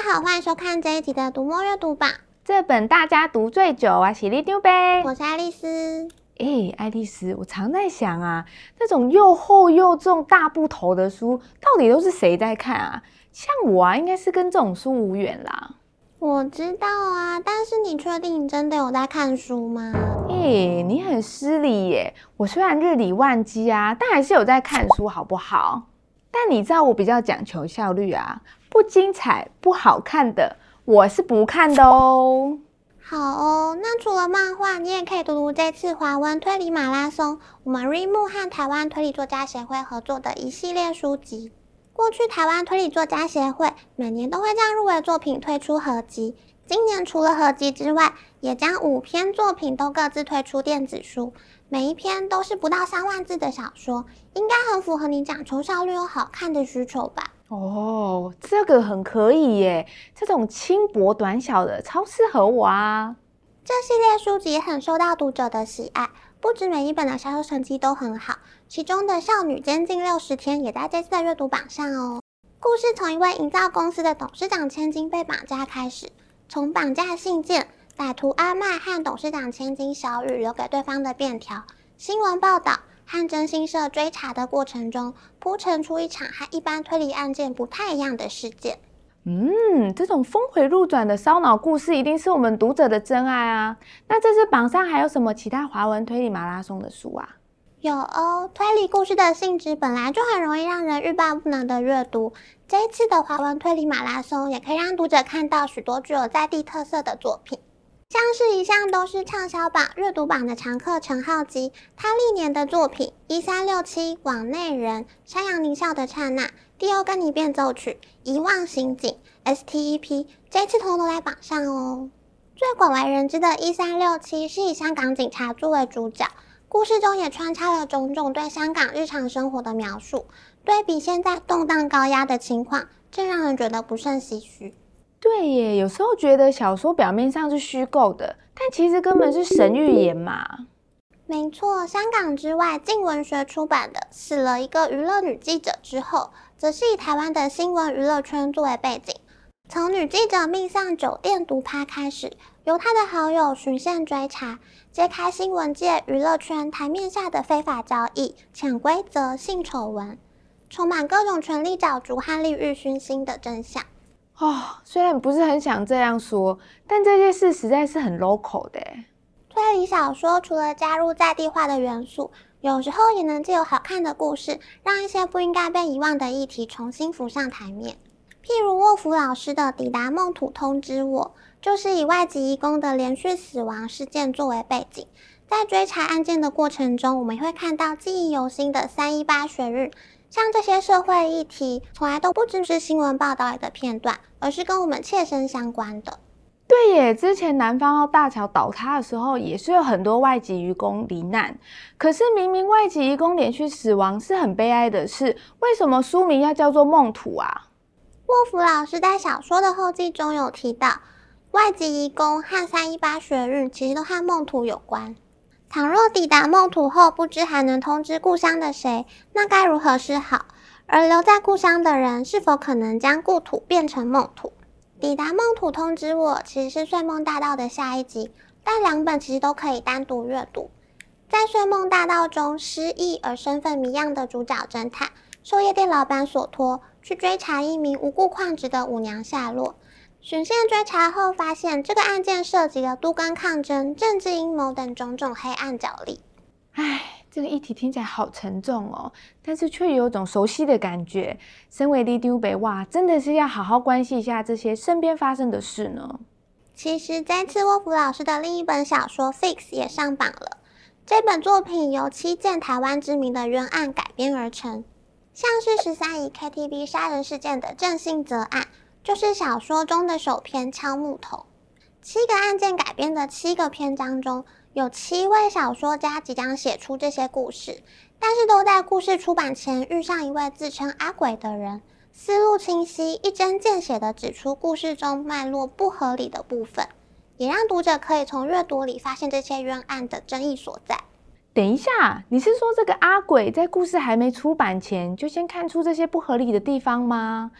好，欢迎收看这一集的读墨阅读榜。 这本大家读最久啊，喜力丢呗。 我是爱丽丝。 爱丽丝，我常在想啊，那种又厚又重大部头的书，到底都是谁在看啊？像我啊，应该是跟这种书无缘啦。 我知道啊，但是你确定你真的有在看书吗？ 你很失礼耶。我虽然日理万机啊，但还是有在看书，好不好？但你知道我比较讲求效率啊，不精彩、不好看的，我是不看的哦。 好哦，那除了漫画，你也可以读读这次华文推理马拉松，我们 Readmoo 和台湾推理作家协会合作的一系列书籍。过去台湾推理作家协会每年都会将入围作品推出合集，今年除了合集之外，也将5篇作品都各自推出电子书，每一篇都是不到3万字的小说，应该很符合你讲求效率又好看的需求吧。 哦，这个很可以耶，这种轻薄短小的超适合我啊。 这系列书籍也很受到读者的喜爱，不止每一本的销售成绩都很好，其中的《少女监禁60天》也在这次的阅读榜上哦。故事从一位营造公司的董事长千金被绑架开始，从绑架信件、歹徒阿麦和董事长千金小雨留给对方的便条、新闻报道和征信社追查的过程中，铺陈出一场和一般推理案件不太一样的事件。 这种峰回路转的烧脑故事一定是我们读者的真爱啊。那这次榜上还有什么其他华文推理马拉松的书啊？ 有哦，推理故事的性质本来就很容易让人欲罢不能的阅读，这一次的华文推理马拉松也可以让读者看到许多具有在地特色的作品，像是一向都是畅销榜、阅读榜的常客陈浩基，他历年的作品1367、往内人、山羊狞笑的刹那、第欧根尼变奏曲、遗忘刑警、STEP， 这次通通都在榜上哦。最广为人知的1367是以香港警察作为主角，故事中也穿插了种种对香港日常生活的描述，对比现在动荡高压的情况，这让人觉得不胜唏嘘。 对耶，有时候觉得小说表面上是虚构的，但其实根本是神预言嘛。 没错，香港之外，静文学出版的《死了一个娱乐女记者》之后，则是以台湾的新闻娱乐圈作为背景，从女记者命丧酒店毒趴开始，由她的好友循线追查，揭开新闻界娱乐圈台面下的非法交易、潜规则、性丑闻，充满各种权力角逐和利欲熏心的真相。 虽然不是很想这样说，但这些事实在是很 local 的耶。 推理小说除了加入在地化的元素，有时候也能藉由好看的故事，让一些不应该被遗忘的议题重新浮上台面。譬如沃夫老师的《抵达梦土通知我》，就是以外籍移工的连续死亡事件作为背景，在追查案件的过程中，我们会看到记忆犹新的318学运。像这些社会议题，从来都不只是新闻报道里的片段，而是跟我们切身相关的。 对耶，之前南方澳大桥倒塌的时候，也是有很多外籍移工罹难。可是明明外籍移工连续死亡是很悲哀的事，为什么书名要叫做梦土啊？ 沃夫老师在小说的后记中有提到，外籍移工和318学运其实都和梦土有关。倘若抵达梦土后不知还能通知故乡的谁，那该如何是好？而留在故乡的人是否可能将故土变成梦土？抵达梦土通知我其实是睡梦大道的下一集，但2本其实都可以单独阅读。在睡梦大道中，失忆而身份谜样的主角侦探受夜店老板所托，去追查一名无故旷职的舞娘下落。循线追查后发现，这个案件涉及了都更抗争、政治阴谋等种种黑暗角力。 这个议题听起来好沉重哦，但是却有种熟悉的感觉。身为里长伯，哇，真的是要好好关心一下这些身边发生的事呢。 其实这次沃夫老师的另一本小说《Fix》也上榜了。这本作品由7件台湾知名的冤案改编而成，像是13姨 KTV 杀人事件的郑信泽案，就是小说中的首篇敲木头。7个案件改编的7个篇章中，有7位小说家即将写出这些故事，但是都在故事出版前遇上一位自称阿鬼的人，思路清晰，一针见血地指出故事中脉络不合理的部分，也让读者可以从阅读里发现这些冤案的争议所在。 等一下，你是说这个阿鬼在故事还没出版前就先看出这些不合理的地方吗？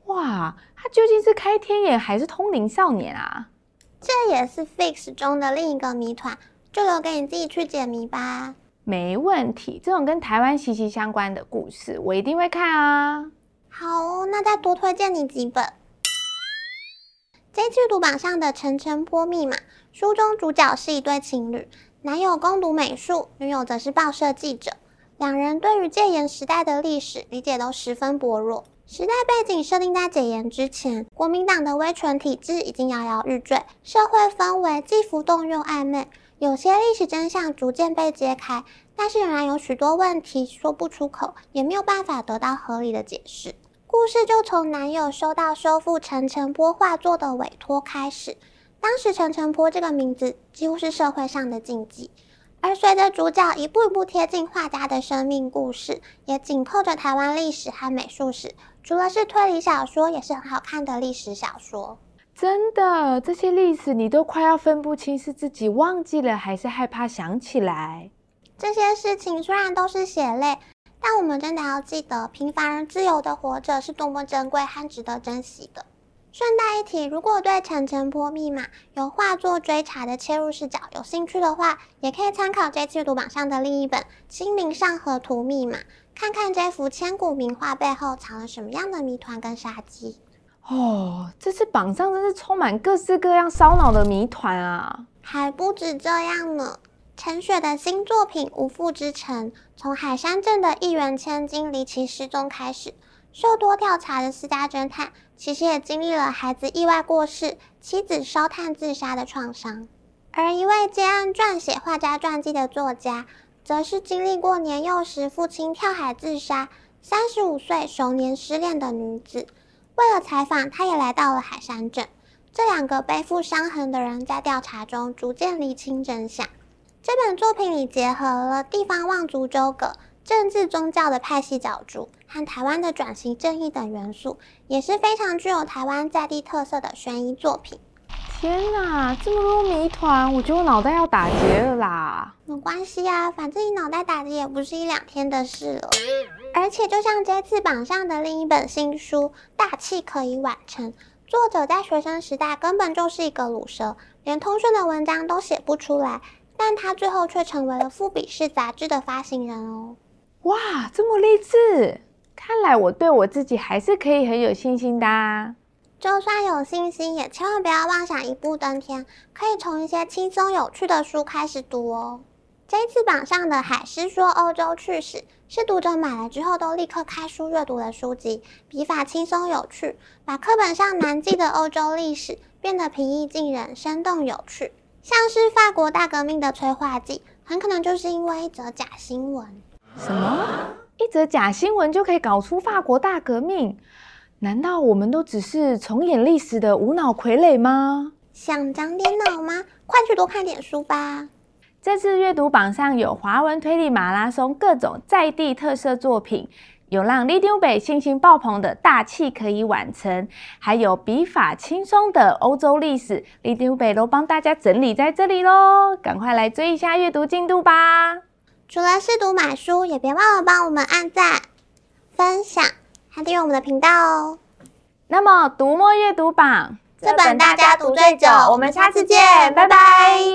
哇，他究竟是开天眼还是通灵少年啊？ 这也是 Fix 中的另一个谜团，就留给你自己去解谜吧。 没问题，这种跟台湾息息相关的故事，我一定会看啊。 好哦，那再多推荐你几本。这次阅读榜上的《陈澄波密码》，书中主角是一对情侣，男友攻读美术，女友则是报社记者。两人对于戒严时代的历史理解都十分薄弱。时代背景设定在解严之前，国民党的威权体制已经摇摇欲坠，社会氛围既浮动又暧昧，有些历史真相逐渐被揭开，但是仍然有许多问题说不出口，也没有办法得到合理的解释。故事就从男友收到修复陈澄波画作的委托开始。当时陈澄波这个名字几乎是社会上的禁忌，而随着主角一步一步贴近画家的生命故事，也紧扣着台湾历史和美术史，除了是推理小说，也是很好看的历史小说。 真的，这些历史你都快要分不清是自己忘记了还是害怕想起来。 这些事情虽然都是血泪，但我们真的要记得，平凡人自由的活着是多么珍贵和值得珍惜的。顺带一提，如果对陈澄波密码有画作追查的切入视角有兴趣的话，也可以参考这次阅读榜上的另一本《清明上河图密码》，看看这幅千古名画背后藏了什么样的谜团跟杀机。 这次榜上真是充满各式各样烧脑的谜团啊！ 还不止这样呢，陈雪的新作品《无父之城》，从海山镇的一元千金离奇失踪开始，受多调查的私家侦探其实也经历了孩子意外过世、妻子烧炭自杀的创伤。而一位接案撰写画家传记的作家，则是经历过年幼时父亲跳海自杀、35岁熟年失恋的女子。为了采访，他也来到了海山镇。这两个背负伤痕的人在调查中逐渐厘清真相。这本作品里结合了地方望族纠葛、政治宗教的派系角逐和台湾的转型正义等元素，也是非常具有台湾在地特色的悬疑作品。 天哪，这么多谜团，我觉得我脑袋要打结了啦。 没关系啊，反正你脑袋打结也不是一两天的事了。而且就像这次榜上的另一本新书《大器可以晚成》，作者在学生时代根本就是一个鲁蛇，连通顺的文章都写不出来，但他最后却成为了富比士杂志的发行人哦。 哇，这么励志！看来我对我自己还是可以很有信心的啊。 就算有信心，也千万不要妄想一步登天，可以从一些轻松有趣的书开始读哦。这一次榜上的《海狮说欧洲趣史》是读者买了之后都立刻开书阅读的书籍，笔法轻松有趣，把课本上难记的欧洲历史变得平易近人、生动有趣。像是法国大革命的催化剂，很可能就是因为一则假新闻。 什么？一则假新闻就可以搞出法国大革命？难道我们都只是重演历史的无脑傀儡吗？ 想长点脑吗？快去多看点书吧。 这次阅读榜上有华文推理马拉松各种在地特色作品，有让李丢北信心爆棚的大器可以晚成，还有笔法轻松的欧洲历史，李丢北都帮大家整理在这里咯，赶快来追一下阅读进度吧。 除了试读买书，也别忘了帮我们按赞、分享还订阅我们的频道哦。 那么读墨阅读榜， 这本大家读最久，我们下次见，拜拜。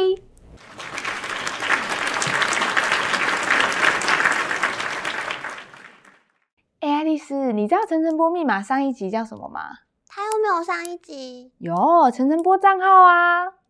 爱丽丝，你知道陈澄波密码上一集叫什么吗？ 他又没有上一集。 有陈澄波账号啊。